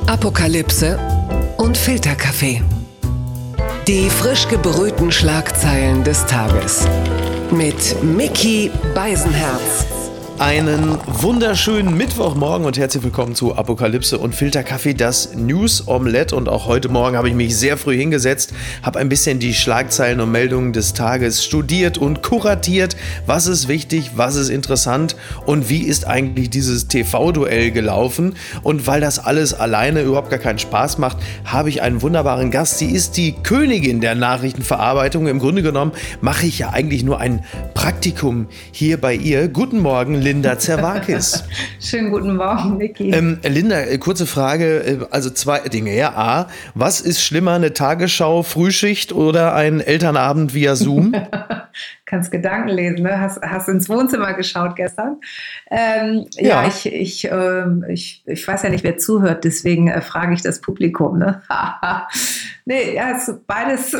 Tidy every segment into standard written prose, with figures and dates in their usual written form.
Apokalypse und Filterkaffee. Die frisch gebrühten Schlagzeilen des Tages. Mit Micky Beisenherz. Einen wunderschönen Mittwochmorgen und herzlich willkommen zu Apokalypse und Filterkaffee, das News Omelette. Und auch heute Morgen habe ich mich sehr früh hingesetzt, habe ein bisschen die Schlagzeilen und Meldungen des Tages studiert und kuratiert. Was ist wichtig, was ist interessant und wie ist eigentlich dieses TV-Duell gelaufen? Und weil das alles alleine überhaupt gar keinen Spaß macht, habe ich einen wunderbaren Gast. Sie ist die Königin der Nachrichtenverarbeitung. Im Grunde genommen mache ich ja eigentlich nur ein Praktikum hier bei ihr. Guten Morgen, Linda Zerwakis. Schönen guten Morgen, Micky. Linda, kurze Frage, also zwei Dinge. Ja, A, was ist schlimmer, eine Tagesschau, Frühschicht oder ein Elternabend via Zoom? Kannst Gedanken lesen, ne? Hast ins Wohnzimmer geschaut gestern? Ja. Ich weiß ja nicht, wer zuhört, deswegen frage ich das Publikum. Ne? Nee, ja, es ist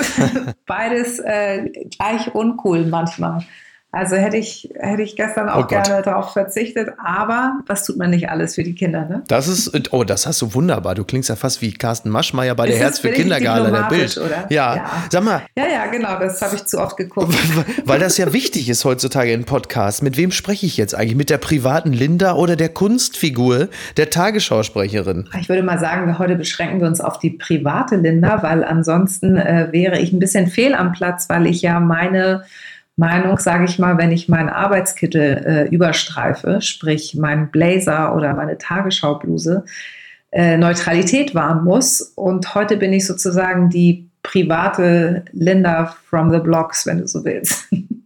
beides gleich uncool manchmal. Also hätte ich gestern auch gerne darauf verzichtet, aber was tut man nicht alles für die Kinder, ne? Das hast du wunderbar. Du klingst ja fast wie Carsten Maschmeyer bei der Herz für Kindergala der Bild. Oder? Ja, sag mal. Ja, genau, das habe ich zu oft geguckt. Weil das ja wichtig ist heutzutage in Podcasts. Mit wem spreche ich jetzt eigentlich? Mit der privaten Linda oder der Kunstfigur der Tagesschausprecherin? Ich würde mal sagen, heute beschränken wir uns auf die private Linda, weil ansonsten wäre ich ein bisschen fehl am Platz, weil ich ja meine Meinung, sage ich mal, wenn ich meinen Arbeitskittel überstreife, sprich meinen Blazer oder meine Tagesschaubluse, Neutralität wahren muss. Und heute bin ich sozusagen die private Linda from the blocks, wenn du so willst.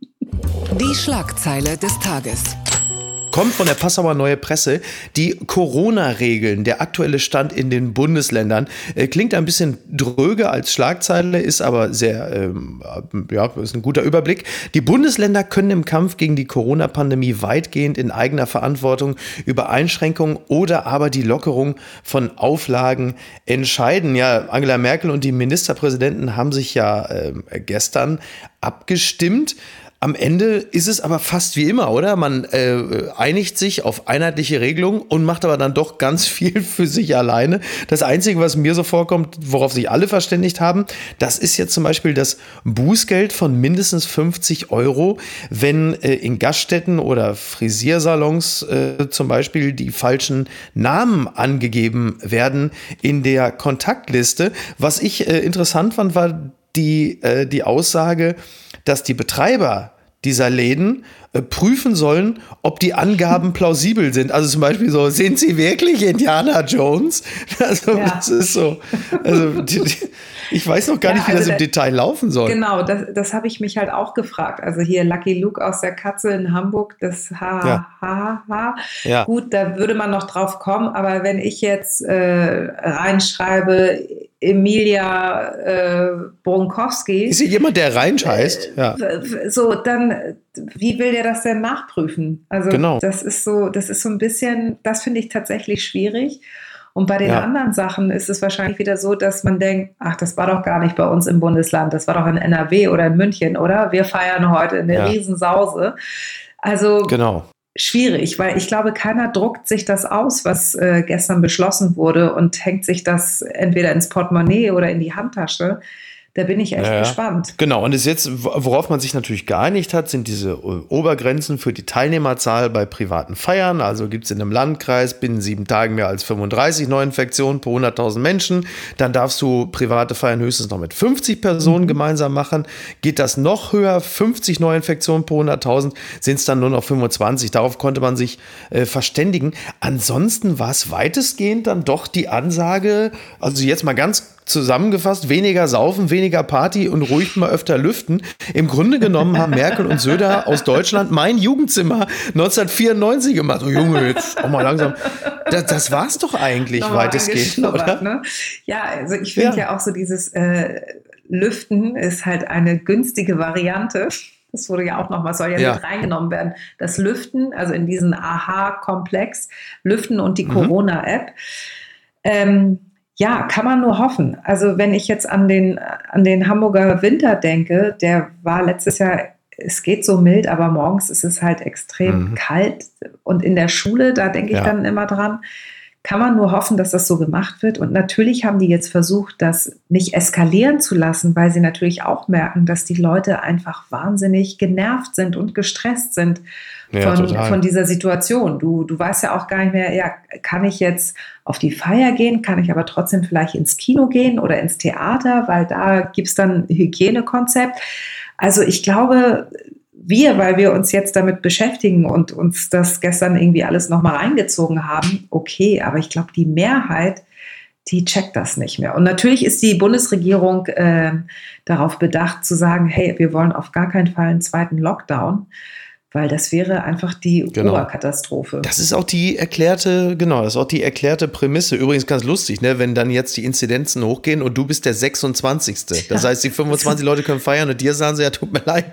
Die Schlagzeile des Tages. Kommt von der Passauer Neue Presse. Die Corona-Regeln, der aktuelle Stand in den Bundesländern, klingt ein bisschen dröge als Schlagzeile, ist aber sehr, ist ein guter Überblick. Die Bundesländer können im Kampf gegen die Corona-Pandemie weitgehend in eigener Verantwortung über Einschränkungen oder aber die Lockerung von Auflagen entscheiden. Ja, Angela Merkel und die Ministerpräsidenten haben sich ja gestern abgestimmt. Am Ende ist es aber fast wie immer, oder? Man einigt sich auf einheitliche Regelungen und macht aber dann doch ganz viel für sich alleine. Das Einzige, was mir so vorkommt, worauf sich alle verständigt haben, das ist jetzt zum Beispiel das Bußgeld von mindestens 50 €, wenn in Gaststätten oder Frisiersalons zum Beispiel die falschen Namen angegeben werden in der Kontaktliste. Was ich interessant fand, war die Aussage, dass die Betreiber dieser Läden prüfen sollen, ob die Angaben plausibel sind. Also zum Beispiel so, sind sie wirklich Indiana Jones? Also ja. Das ist so, also ich weiß noch gar nicht, wie das im Detail laufen soll. Genau, das habe ich mich halt auch gefragt. Also hier Lucky Luke aus der Katze in Hamburg, das Ja. Gut, da würde man noch drauf kommen, aber wenn ich jetzt reinschreibe, Emilia Bronkowski. Ist hier jemand, der Reinsch heißt? Ja. So, dann, wie will der das denn nachprüfen? Also genau. Das ist so ein bisschen, das finde ich tatsächlich schwierig. Und bei den anderen Sachen ist es wahrscheinlich wieder so, dass man denkt, ach, das war doch gar nicht bei uns im Bundesland, das war doch in NRW oder in München, oder? Wir feiern heute eine Riesensause. Also genau. Schwierig, weil ich glaube, keiner druckt sich das aus, was gestern beschlossen wurde und hängt sich das entweder ins Portemonnaie oder in die Handtasche. Da bin ich echt gespannt. Genau, und worauf man sich natürlich geeinigt hat, sind diese Obergrenzen für die Teilnehmerzahl bei privaten Feiern. Also gibt es in einem Landkreis binnen 7 Tagen mehr als 35 Neuinfektionen pro 100.000 Menschen. Dann darfst du private Feiern höchstens noch mit 50 Personen gemeinsam machen. Geht das noch höher, 50 Neuinfektionen pro 100.000, sind es dann nur noch 25. Darauf konnte man sich verständigen. Ansonsten war es weitestgehend dann doch die Ansage, also jetzt mal ganz zusammengefasst, weniger saufen, weniger Party und ruhig mal öfter lüften. Im Grunde genommen haben Merkel und Söder aus Deutschland mein Jugendzimmer 1994 gemacht. Oh Junge, jetzt auch mal langsam. Das war's doch eigentlich weitestgehend, oder? Ne? Ja, also ich finde ja auch so dieses Lüften ist halt eine günstige Variante. Das wurde ja auch nochmal, soll ja mit reingenommen werden. Das Lüften, also in diesen AHA-Komplex, Lüften und die Corona-App. Ja, kann man nur hoffen. Also wenn ich jetzt an den Hamburger Winter denke, der war letztes Jahr, es geht so mild, aber morgens ist es halt extrem kalt. Und in der Schule, da denke ich dann immer dran, kann man nur hoffen, dass das so gemacht wird. Und natürlich haben die jetzt versucht, das nicht eskalieren zu lassen, weil sie natürlich auch merken, dass die Leute einfach wahnsinnig genervt sind und gestresst sind von dieser Situation. Du weißt ja auch gar nicht mehr, ja, kann ich jetzt auf die Feier gehen, kann ich aber trotzdem vielleicht ins Kino gehen oder ins Theater, weil da gibt es dann ein Hygienekonzept. Also ich glaube, weil wir uns jetzt damit beschäftigen und uns das gestern irgendwie alles nochmal reingezogen haben, okay, aber ich glaube, die Mehrheit, die checkt das nicht mehr. Und natürlich ist die Bundesregierung darauf bedacht zu sagen, hey, wir wollen auf gar keinen Fall einen zweiten Lockdown, weil das wäre einfach die Oberkatastrophe. Das ist auch die erklärte Prämisse. Übrigens ganz lustig, ne, wenn dann jetzt die Inzidenzen hochgehen und du bist der 26. Das heißt, die 25 Leute können feiern und dir sagen sie, ja, tut mir leid.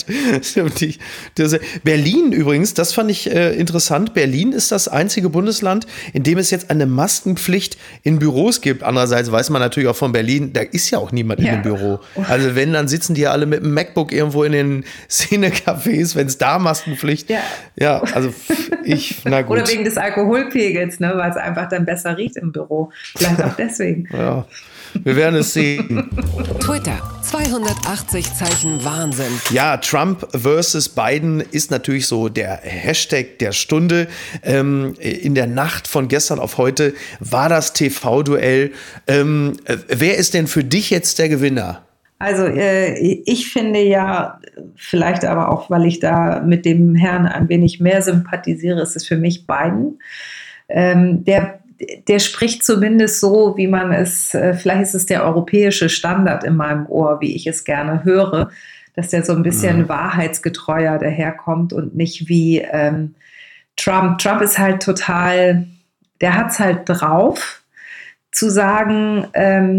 Berlin übrigens, das fand ich interessant. Berlin ist das einzige Bundesland, in dem es jetzt eine Maskenpflicht in Büros gibt. Andererseits weiß man natürlich auch von Berlin, da ist ja auch niemand in dem Büro. Also wenn, dann sitzen die ja alle mit dem MacBook irgendwo in den Cinecafés, wenn es da Maskenpflicht. Ja, also na gut. Oder wegen des Alkoholpegels, ne, weil es einfach dann besser riecht im Büro. Vielleicht auch deswegen. Ja, wir werden es sehen. Twitter, 280 Zeichen Wahnsinn. Ja, Trump versus Biden ist natürlich so der Hashtag der Stunde. In der Nacht von gestern auf heute war das TV-Duell. Wer ist denn für dich jetzt der Gewinner? Also ich finde ja, vielleicht aber auch, weil ich da mit dem Herrn ein wenig mehr sympathisiere, ist es für mich Biden. Der spricht zumindest so, wie man es, vielleicht ist es der europäische Standard in meinem Ohr, wie ich es gerne höre, dass der so ein bisschen wahrheitsgetreuer daherkommt und nicht wie Trump. Trump ist halt total, der hat es halt drauf, zu sagen,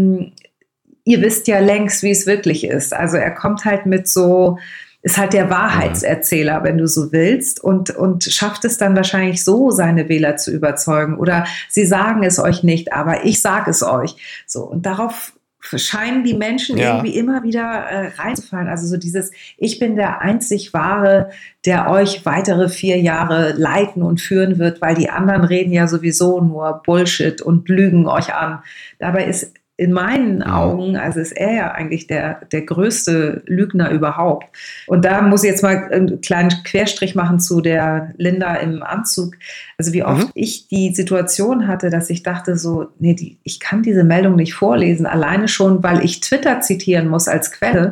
ihr wisst ja längst, wie es wirklich ist. Also er kommt halt mit so, ist halt der Wahrheitserzähler, wenn du so willst, und schafft es dann wahrscheinlich so, seine Wähler zu überzeugen. Oder sie sagen es euch nicht, aber ich sage es euch. So, und darauf scheinen die Menschen irgendwie immer wieder reinzufallen. Also so dieses, ich bin der einzig Wahre, der euch weitere 4 Jahre leiten und führen wird, weil die anderen reden ja sowieso nur Bullshit und lügen euch an. Dabei ist in meinen Augen, also ist er ja eigentlich der größte Lügner überhaupt. Und da muss ich jetzt mal einen kleinen Querstrich machen zu der Linda im Anzug. Also wie oft ich die Situation hatte, dass ich dachte so, nee, ich kann diese Meldung nicht vorlesen, alleine schon, weil ich Twitter zitieren muss als Quelle.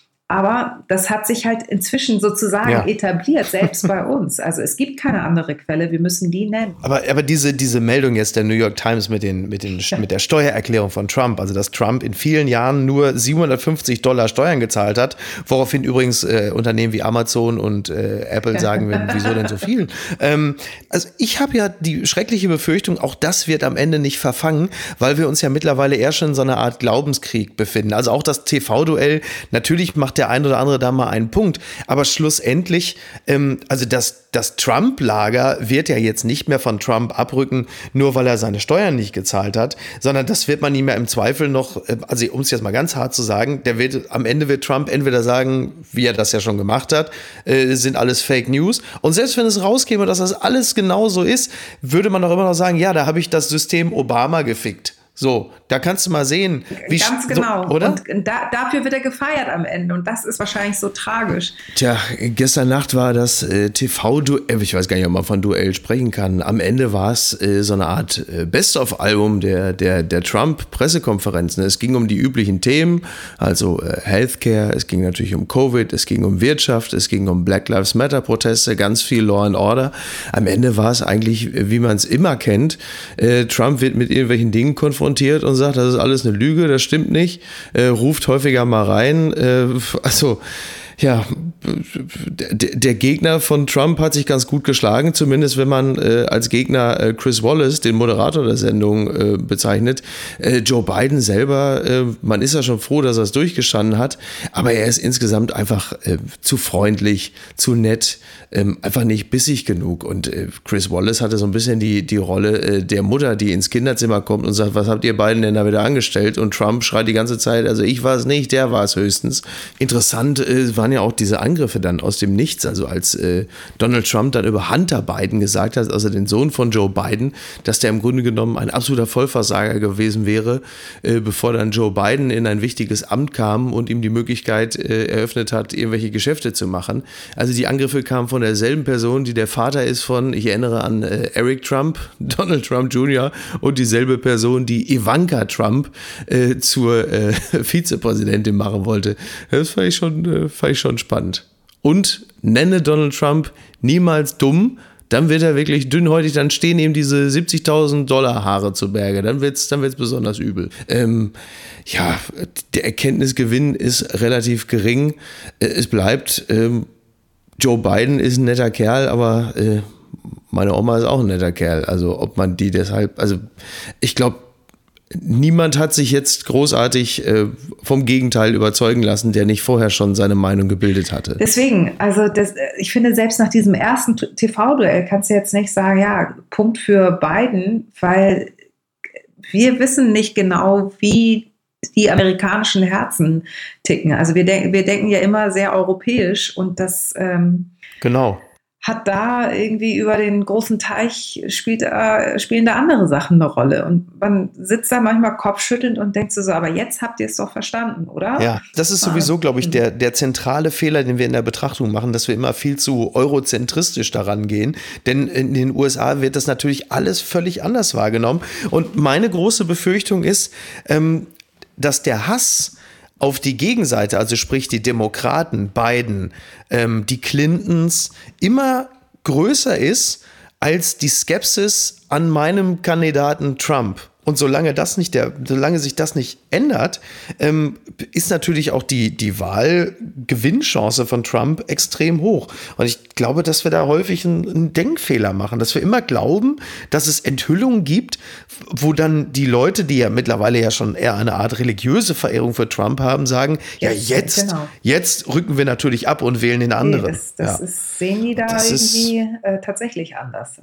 Aber das hat sich halt inzwischen sozusagen etabliert, selbst bei uns. Also es gibt keine andere Quelle, wir müssen die nennen. Aber diese Meldung jetzt der New York Times mit der Steuererklärung von Trump, also dass Trump in vielen Jahren nur $750 Steuern gezahlt hat, woraufhin übrigens Unternehmen wie Amazon und Apple sagen würden, wieso denn so viel? Also ich habe ja die schreckliche Befürchtung, auch das wird am Ende nicht verfangen, weil wir uns ja mittlerweile eher schon in so einer Art Glaubenskrieg befinden. Also auch das TV-Duell, natürlich macht der ein oder andere da mal einen Punkt. Aber schlussendlich, also das Trump-Lager wird ja jetzt nicht mehr von Trump abrücken, nur weil er seine Steuern nicht gezahlt hat, sondern das wird man ihm ja im Zweifel noch, also um es jetzt mal ganz hart zu sagen, am Ende wird Trump entweder sagen, wie er das ja schon gemacht hat, sind alles Fake News. Und selbst wenn es rauskäme, dass das alles genau so ist, würde man doch immer noch sagen, ja, da habe ich das System Obama gefickt. So, da kannst du mal sehen, wie ganz genau. So, oder? Und dafür wird er gefeiert am Ende. Und das ist wahrscheinlich so tragisch. Tja, gestern Nacht war das TV-Duell, ich weiß gar nicht, ob man von Duell sprechen kann. Am Ende war es so eine Art Best-of-Album der Trump-Pressekonferenzen. Es ging um die üblichen Themen, also Healthcare, es ging natürlich um Covid, es ging um Wirtschaft, es ging um Black Lives Matter-Proteste, ganz viel Law and Order. Am Ende war es eigentlich, wie man es immer kennt, Trump wird mit irgendwelchen Dingen konfrontiert und sagt, das ist alles eine Lüge, das stimmt nicht, ruft häufiger mal rein, also ja, der Gegner von Trump hat sich ganz gut geschlagen, zumindest wenn man als Gegner Chris Wallace, den Moderator der Sendung, bezeichnet. Joe Biden selber, man ist ja schon froh, dass er es durchgestanden hat, aber er ist insgesamt einfach zu freundlich, zu nett, einfach nicht bissig genug. Und Chris Wallace hatte so ein bisschen die Rolle der Mutter, die ins Kinderzimmer kommt und sagt, was habt ihr beiden denn da wieder angestellt? Und Trump schreit die ganze Zeit, also ich war es nicht, der war es höchstens. Interessant waren ja auch diese Angriffe dann aus dem Nichts. Also als Donald Trump dann über Hunter Biden gesagt hat, also den Sohn von Joe Biden, dass der im Grunde genommen ein absoluter Vollversager gewesen wäre, bevor dann Joe Biden in ein wichtiges Amt kam und ihm die Möglichkeit eröffnet hat, irgendwelche Geschäfte zu machen. Also die Angriffe kamen von derselben Person, die der Vater ist von, ich erinnere an Eric Trump, Donald Trump Jr. und dieselbe Person, die Ivanka Trump zur Vizepräsidentin machen wollte. Das fand ich schon spannend. Und nenne Donald Trump niemals dumm, dann wird er wirklich dünnhäutig, dann stehen ihm diese $70.000 Haare zu Berge, dann wird's besonders übel. Ja, der Erkenntnisgewinn ist relativ gering. Es bleibt, Joe Biden ist ein netter Kerl, aber meine Oma ist auch ein netter Kerl. Also ob man die deshalb, also ich glaube, niemand hat sich jetzt großartig vom Gegenteil überzeugen lassen, der nicht vorher schon seine Meinung gebildet hatte. Deswegen, also ich finde, selbst nach diesem ersten TV-Duell kannst du jetzt nicht sagen, ja, Punkt für Biden, weil wir wissen nicht genau, wie die amerikanischen Herzen ticken. Also wir denken ja immer sehr europäisch und das genau. Hat da irgendwie über den großen Teich spielen da andere Sachen eine Rolle. Und man sitzt da manchmal kopfschüttelnd und denkt so, aber jetzt habt ihr es doch verstanden, oder? Ja, das ist sowieso, glaube ich, der zentrale Fehler, den wir in der Betrachtung machen, dass wir immer viel zu eurozentristisch daran gehen. Denn in den USA wird das natürlich alles völlig anders wahrgenommen. Und meine große Befürchtung ist, dass der Hass auf die Gegenseite, also sprich die Demokraten, Biden, die Clintons, immer größer ist als die Skepsis an meinem Kandidaten Trump. Und solange sich das nicht ändert, ist natürlich auch die Wahlgewinnchance von Trump extrem hoch. Und ich glaube, dass wir da häufig einen Denkfehler machen, dass wir immer glauben, dass es Enthüllungen gibt, wo dann die Leute, die ja mittlerweile ja schon eher eine Art religiöse Verehrung für Trump haben, sagen, jetzt rücken wir natürlich ab und wählen den anderen. Sehen die da irgendwie tatsächlich anders.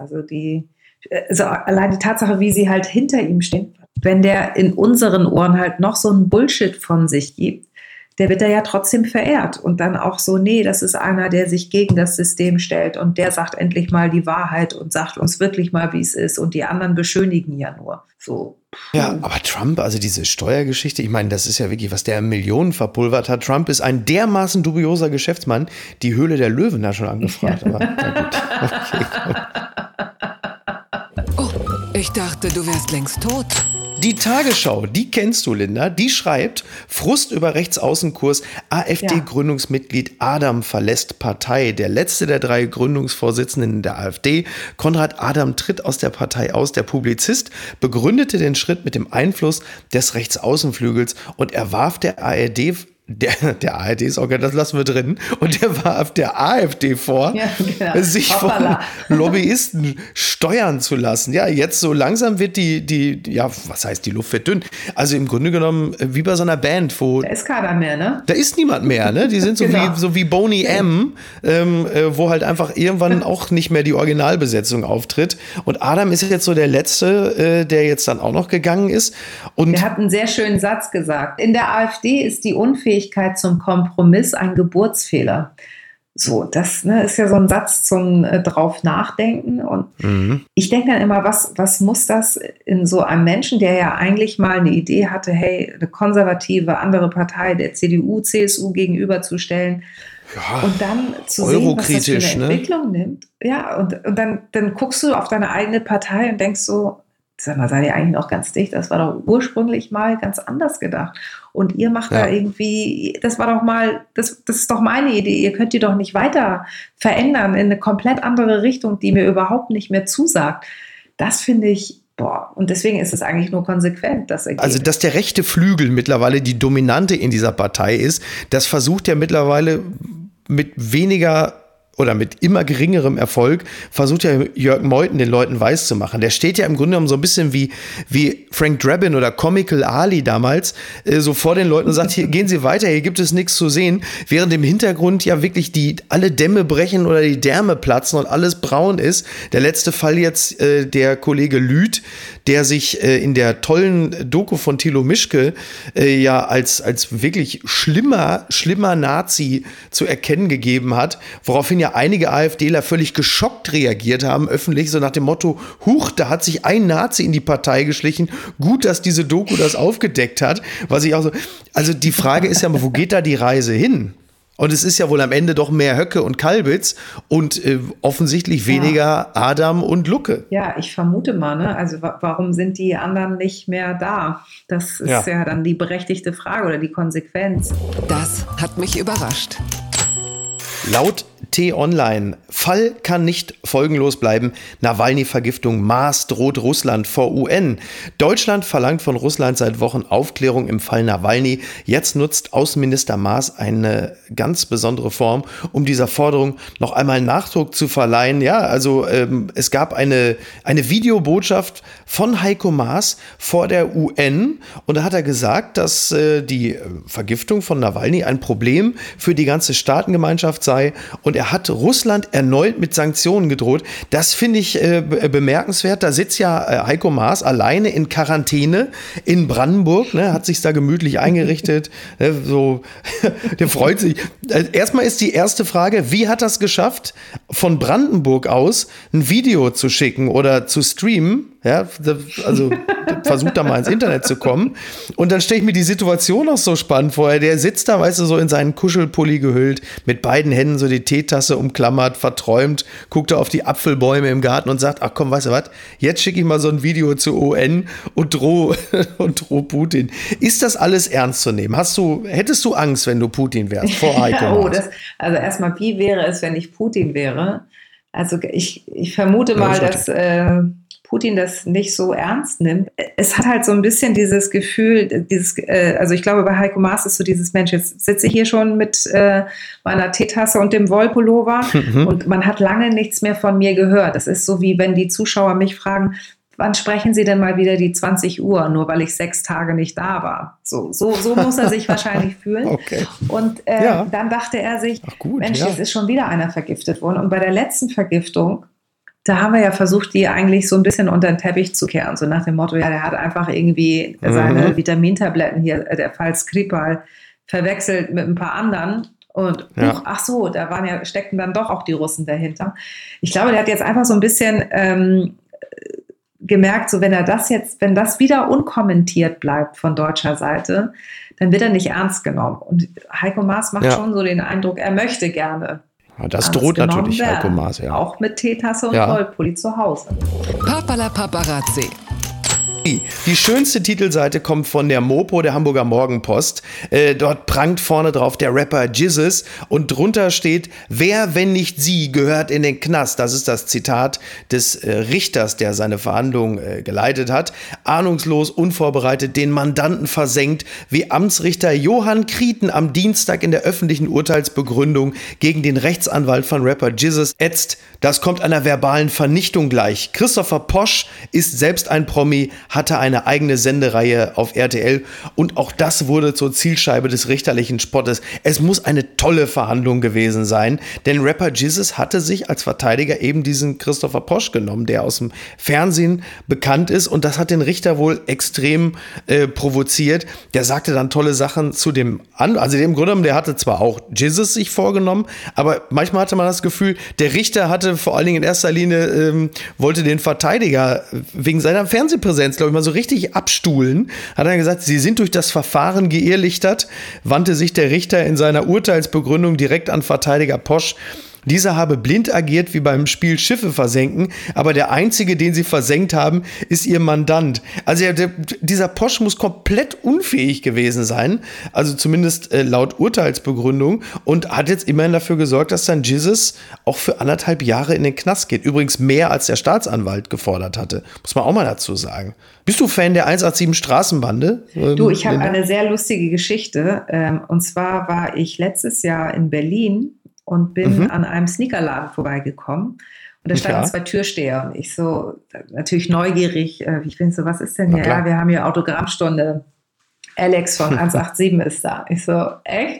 Also allein die Tatsache, wie sie halt hinter ihm stehen, wenn der in unseren Ohren halt noch so einen Bullshit von sich gibt, der wird da ja trotzdem verehrt und dann auch so, nee, das ist einer, der sich gegen das System stellt und der sagt endlich mal die Wahrheit und sagt uns wirklich mal, wie es ist und die anderen beschönigen ja nur. So. Ja, aber Trump, also diese Steuergeschichte, ich meine, das ist ja wirklich, was der Millionen verpulvert hat. Trump ist ein dermaßen dubioser Geschäftsmann, die Höhle der Löwen da schon angefragt. Ja. Aber na gut. Okay. Ich dachte, du wärst längst tot. Die Tagesschau, die kennst du, Linda, die schreibt, Frust über Rechtsaußenkurs, AfD-Gründungsmitglied Adam verlässt Partei. Der letzte der 3 Gründungsvorsitzenden der AfD, Konrad Adam, tritt aus der Partei aus. Der Publizist begründete den Schritt mit dem Einfluss des Rechtsaußenflügels und er warf der ARD der ARD ist auch, das lassen wir drin. Und der warf der AfD vor, sich von Lobbyisten steuern zu lassen. Ja, jetzt so langsam wird die was heißt, die Luft wird dünn. Also im Grunde genommen wie bei so einer Band, wo... Da ist keiner mehr, ne? Da ist niemand mehr, ne? Die sind so wie Boney M., wo halt einfach irgendwann auch nicht mehr die Originalbesetzung auftritt. Und Adam ist jetzt so der Letzte, der jetzt dann auch noch gegangen ist. Und der hat einen sehr schönen Satz gesagt. In der AfD ist die Unfähigkeit zum Kompromiss ein Geburtsfehler. So, das ist ja so ein Satz zum drauf nachdenken. Und ich denke dann immer, was muss das in so einem Menschen, der ja eigentlich mal eine Idee hatte, hey, eine konservative andere Partei der CDU, CSU gegenüberzustellen, und dann zu sehen, was das für eine Entwicklung nimmt. Ja, und dann guckst du auf deine eigene Partei und denkst so, sag mal, seid ihr eigentlich noch ganz dicht? Das war doch ursprünglich mal ganz anders gedacht. Und ihr macht da irgendwie, das ist doch meine Idee. Ihr könnt die doch nicht weiter verändern in eine komplett andere Richtung, die mir überhaupt nicht mehr zusagt. Das finde ich, und deswegen ist es eigentlich nur konsequent, das Ergebnis. Also, dass der rechte Flügel mittlerweile die Dominante in dieser Partei ist, das versucht ja mittlerweile mit weniger oder mit immer geringerem Erfolg versucht ja Jörg Meuthen den Leuten weiszumachen. Der steht ja im Grunde genommen so ein bisschen wie Frank Drabin oder Comical Ali damals, so vor den Leuten und sagt, hier gehen Sie weiter, hier gibt es nichts zu sehen, während im Hintergrund ja wirklich alle Dämme brechen oder die Därme platzen und alles braun ist. Der letzte Fall jetzt der Kollege Lüth, der sich in der tollen Doku von Thilo Mischke ja als wirklich schlimmer Nazi zu erkennen gegeben hat, woraufhin ja einige AfDler völlig geschockt reagiert haben, öffentlich, so nach dem Motto, huch, da hat sich ein Nazi in die Partei geschlichen, gut, dass diese Doku das aufgedeckt hat, was ich auch so, also die Frage ist ja mal, wo geht da die Reise hin? Und es ist ja wohl am Ende doch mehr Höcke und Kalbitz und offensichtlich weniger Adam und Lucke. Ja, ich vermute mal, ne? Also warum sind die anderen nicht mehr da? Das ist ja dann die berechtigte Frage oder die Konsequenz. Das hat mich überrascht. Laut T-Online, Fall kann nicht folgenlos bleiben. Nawalny-Vergiftung, Maas droht Russland vor UN. Deutschland verlangt von Russland seit Wochen Aufklärung im Fall Nawalny. Jetzt nutzt Außenminister Maas eine ganz besondere Form, um dieser Forderung noch einmal Nachdruck zu verleihen. Ja, also es gab eine Videobotschaft von Heiko Maas vor der UN und da hat er gesagt, dass die Vergiftung von Nawalny ein Problem für die ganze Staatengemeinschaft sei und er hat Russland erneut mit Sanktionen gedroht. Das finde ich bemerkenswert. Da sitzt ja Heiko Maas alleine in Quarantäne in Brandenburg, ne, hat sich da gemütlich eingerichtet. So, der freut sich. Erstmal ist die erste Frage, wie hat das geschafft, von Brandenburg aus ein Video zu schicken oder zu streamen? Ja, also versucht da mal ins Internet zu kommen. Und dann stelle ich mir die Situation auch so spannend vor. Der sitzt da, weißt du, so in seinen Kuschelpulli gehüllt, mit beiden Händen so die Teetasse umklammert, verträumt, guckt er auf die Apfelbäume im Garten und sagt, ach komm, weißt du was, jetzt schicke ich mal so ein Video zur UN und droh Putin. Ist das alles ernst zu nehmen? Hättest du Angst, wenn du Putin wärst, vor Heiko Maas? Also erstmal, wie wäre es, wenn ich Putin wäre? Also ich vermute mal, dass Putin das nicht so ernst nimmt. Es hat halt so ein bisschen dieses Gefühl, also ich glaube, bei Heiko Maas ist so dieses Mensch, jetzt sitze ich hier schon mit meiner Teetasse und dem Wollpullover und man hat lange nichts mehr von mir gehört. Das ist so, wie wenn die Zuschauer mich fragen, wann sprechen Sie denn mal wieder die 20 Uhr, nur weil ich 6 Tage nicht da war? So muss er sich wahrscheinlich fühlen. Okay. Und dann dachte er sich, Mensch, jetzt ist schon wieder einer vergiftet worden. Und bei der letzten Vergiftung, da haben wir ja versucht, die eigentlich so ein bisschen unter den Teppich zu kehren. So nach dem Motto, ja, der hat einfach irgendwie seine Vitamintabletten hier, der Fall Skripal, verwechselt mit ein paar anderen. Und ach so, da steckten dann doch auch die Russen dahinter. Ich glaube, der hat jetzt einfach so ein bisschen gemerkt, so wenn das wieder unkommentiert bleibt von deutscher Seite, dann wird er nicht ernst genommen. Und Heiko Maas macht schon so den Eindruck, er möchte gerne. Ja, das droht natürlich Heiko Maas, ja. Auch mit Teetasse und Wollpulli zu Hause. Papala Paparazzi. Die schönste Titelseite kommt von der Mopo, der Hamburger Morgenpost. Dort prangt vorne drauf der Rapper Jesus und drunter steht, wer, wenn nicht sie, gehört in den Knast. Das ist das Zitat des Richters, der seine Verhandlung geleitet hat. Ahnungslos, unvorbereitet, den Mandanten versenkt, wie Amtsrichter Johann Krieten am Dienstag in der öffentlichen Urteilsbegründung gegen den Rechtsanwalt von Rapper Jesus ätzt. Das kommt einer verbalen Vernichtung gleich. Christopher Posch ist selbst ein Promi, hatte eine eigene Sendereihe auf RTL und auch das wurde zur Zielscheibe des richterlichen Spottes. Es muss eine tolle Verhandlung gewesen sein, denn Rapper Jesus hatte sich als Verteidiger eben diesen Christopher Posch genommen, der aus dem Fernsehen bekannt ist und das hat den Richter wohl extrem provoziert. Der sagte dann tolle Sachen zu dem also im Grunde genommen, der hatte zwar auch Jesus sich vorgenommen, aber manchmal hatte man das Gefühl, der Richter hatte vor allen Dingen in erster Linie, wollte den Verteidiger wegen seiner Fernsehpräsenz, glaube ich, mal so richtig abstuhlen, hat er gesagt, sie sind durch das Verfahren geirrlichtert, wandte sich der Richter in seiner Urteilsbegründung direkt an Verteidiger Posch. Dieser habe blind agiert wie beim Spiel Schiffe versenken, aber der einzige, den sie versenkt haben, ist ihr Mandant. Also dieser Posch muss komplett unfähig gewesen sein, also zumindest laut Urteilsbegründung und hat jetzt immerhin dafür gesorgt, dass dann Jesus auch für 1,5 Jahre in den Knast geht. Übrigens mehr, als der Staatsanwalt gefordert hatte, muss man auch mal dazu sagen. Bist du Fan der 187 Straßenbande? Du, ich habe eine sehr lustige Geschichte und zwar war ich letztes Jahr in Berlin und bin an einem Sneakerladen vorbeigekommen. Und da standen 2 Türsteher und ich so, natürlich neugierig, ich bin so, was ist denn hier? Ja, wir haben hier Autogrammstunde. Alex von 187 ist da. Ich so, echt?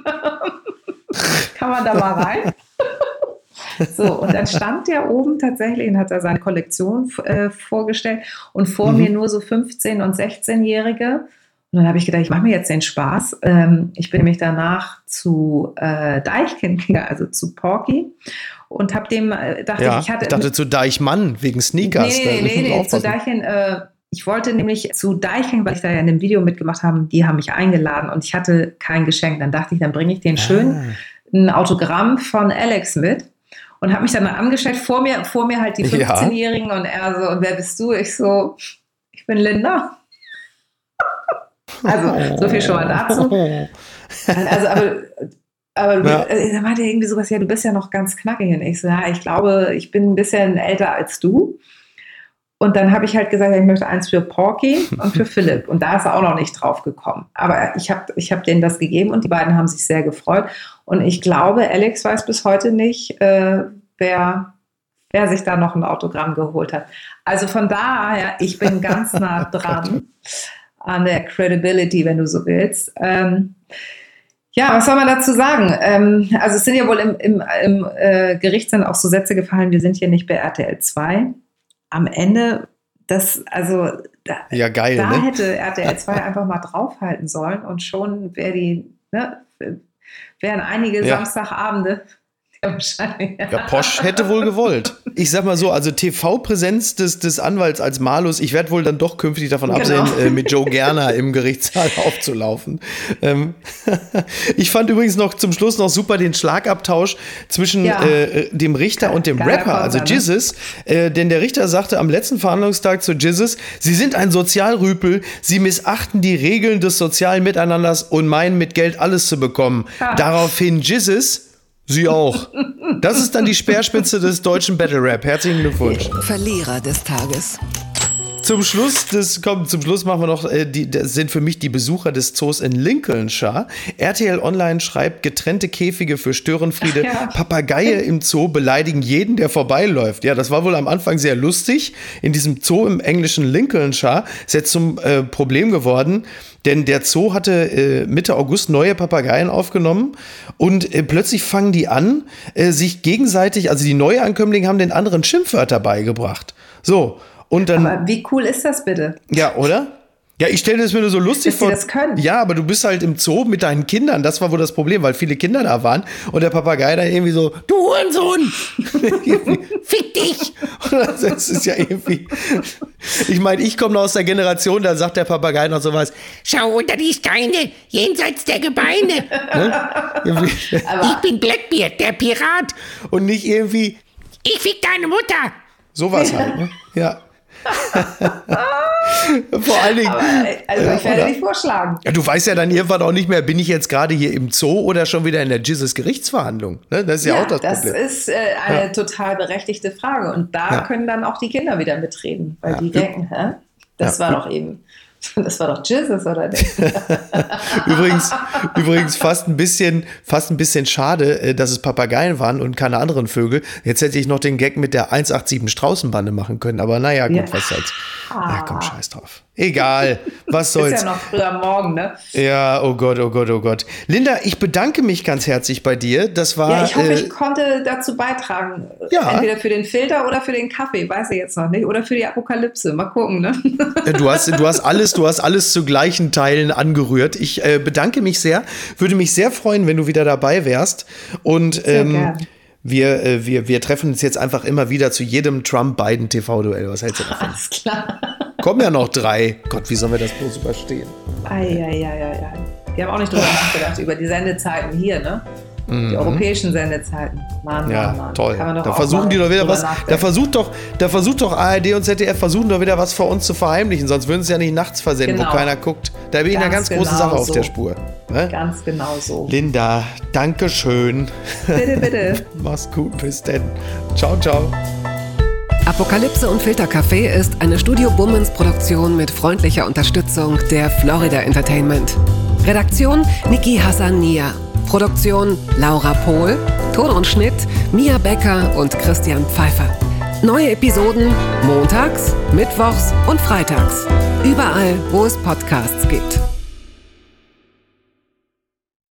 Kann man da mal rein? So, und dann stand der oben tatsächlich und hat da seine Kollektion vorgestellt und vor mir nur so 15- und 16-Jährige. Und dann habe ich gedacht, ich mache mir jetzt den Spaß. Ich bin nämlich danach zu Deichkind gegangen, also zu Porky. Und habe dem, ich dachte zu Deichmann, wegen Sneakers. Nee, zu Deichkind. Ich wollte nämlich zu Deichkind, weil ich da ja in dem Video mitgemacht habe, die haben mich eingeladen und ich hatte kein Geschenk. Dann dachte ich, dann bringe ich denen schön ein Autogramm von Alex mit. Und habe mich dann mal angestellt, vor mir halt die 15-Jährigen und er so, und wer bist du? Ich so, ich bin Linda. Also, so viel schon mal dazu. Also, aber dann meinte er irgendwie sowas, ja, du bist ja noch ganz knackig. Und ich so, ja, ich glaube, ich bin ein bisschen älter als du. Und dann habe ich halt gesagt, ich möchte eins für Porky und für Philipp. Und da ist er auch noch nicht drauf gekommen. Aber ich hab denen das gegeben und die beiden haben sich sehr gefreut. Und ich glaube, Alex weiß bis heute nicht, wer sich da noch ein Autogramm geholt hat. Also von daher, ich bin ganz nah dran an der Credibility, wenn du so willst. Ja, was soll man dazu sagen? Also es sind ja wohl im Gericht sind auch so Sätze gefallen, wir sind hier nicht bei RTL 2. Am Ende, geil, da hätte RTL 2 einfach mal draufhalten sollen und schon wären einige Samstagabende wahrscheinlich. Ja, Posch hätte wohl gewollt. Ich sag mal so, also TV-Präsenz des Anwalts als Malus, ich werde wohl dann doch künftig davon absehen, mit Joe Gerner im Gerichtssaal aufzulaufen. Ich fand übrigens noch zum Schluss noch super den Schlagabtausch zwischen dem Richter und dem Rapper, also Jizzes. Denn der Richter sagte am letzten Verhandlungstag zu Jizzes, Sie sind ein Sozialrüpel, Sie missachten die Regeln des sozialen Miteinanders und meinen mit Geld alles zu bekommen. Daraufhin Jizzes, Sie auch. Das ist dann die Speerspitze des deutschen Battle Rap. Herzlichen Glückwunsch. Verlierer des Tages. Zum Schluss machen wir noch, das sind für mich die Besucher des Zoos in Lincolnshire. RTL Online schreibt, getrennte Käfige für Störenfriede. Papageie im Zoo beleidigen jeden, der vorbeiläuft. Ja, das war wohl am Anfang sehr lustig. In diesem Zoo im englischen Lincolnshire ist jetzt zum Problem geworden. Denn der Zoo hatte Mitte August neue Papageien aufgenommen und plötzlich fangen die an, sich gegenseitig, also die Neuankömmlinge haben den anderen Schimpfwörter beigebracht. So. Und dann, aber wie cool ist das bitte? Ja, oder? Ja, ich stelle das mir nur so lustig vor. Dass die das können. Ja, aber du bist halt im Zoo mit deinen Kindern. Das war wohl das Problem, weil viele Kinder da waren. Und der Papagei dann irgendwie so, du Hurensohn! Fick dich! Das ist ja irgendwie... Ich meine, ich komme noch aus der Generation, da sagt der Papagei noch sowas, schau unter die Steine, jenseits der Gebeine. Ne? Ich bin Blackbeard, der Pirat. Und nicht irgendwie, ich fick deine Mutter. Sowas halt, ne? Ja. Vor allen Dingen. Aber, ich werde dich vorschlagen. Ja, du weißt ja dann irgendwann auch nicht mehr, bin ich jetzt gerade hier im Zoo oder schon wieder in der Jizzes Gerichtsverhandlung? Ne? Das ist ja auch das Problem. Das ist eine total berechtigte Frage. Und da können dann auch die Kinder wieder mitreden, weil die denken, das war doch eben. Das war doch Jizzes, oder nicht? Übrigens fast ein bisschen schade, dass es Papageien waren und keine anderen Vögel. Jetzt hätte ich noch den Gag mit der 187 Straußenbande machen können, aber naja, gut, was soll's. Ja, komm, scheiß drauf. Egal, was soll's. Ist ja noch früh am Morgen, ne? Ja, oh Gott, oh Gott, oh Gott. Linda, ich bedanke mich ganz herzlich bei dir. Das war. Ja, ich hoffe, ich konnte dazu beitragen. Ja. Entweder für den Filter oder für den Kaffee, weiß ich jetzt noch nicht. Oder für die Apokalypse. Mal gucken, ne? Du hast alles zu gleichen Teilen angerührt. Ich bedanke mich sehr. Würde mich sehr freuen, wenn du wieder dabei wärst. Und wir treffen uns jetzt einfach immer wieder zu jedem Trump-Biden-TV-Duell. Was hältst du davon? Alles klar. Kommen ja noch 3. Gott, wie sollen wir das bloß überstehen? Ei. Wir haben auch nicht drüber nachgedacht, über die Sendezeiten hier, ne? Die europäischen Sendezeiten. Mann. Toll. Da versuchen die doch wieder was. Da versucht doch ARD und ZDF versuchen doch wieder was vor uns zu verheimlichen, sonst würden sie ja nicht nachts versenden, wo keiner guckt. Da bin ich eine ganz große Sache auf der Spur. Ne? Ganz genau so. Linda, danke schön. Bitte. Mach's gut, bis denn. Ciao. Apokalypse und Filtercafé ist eine Studio Bummens Produktion mit freundlicher Unterstützung der Florida Entertainment. Redaktion Niki Hassania. Produktion Laura Pohl, Ton und Schnitt Mia Becker und Christian Pfeiffer. Neue Episoden montags, mittwochs und freitags. Überall, wo es Podcasts gibt.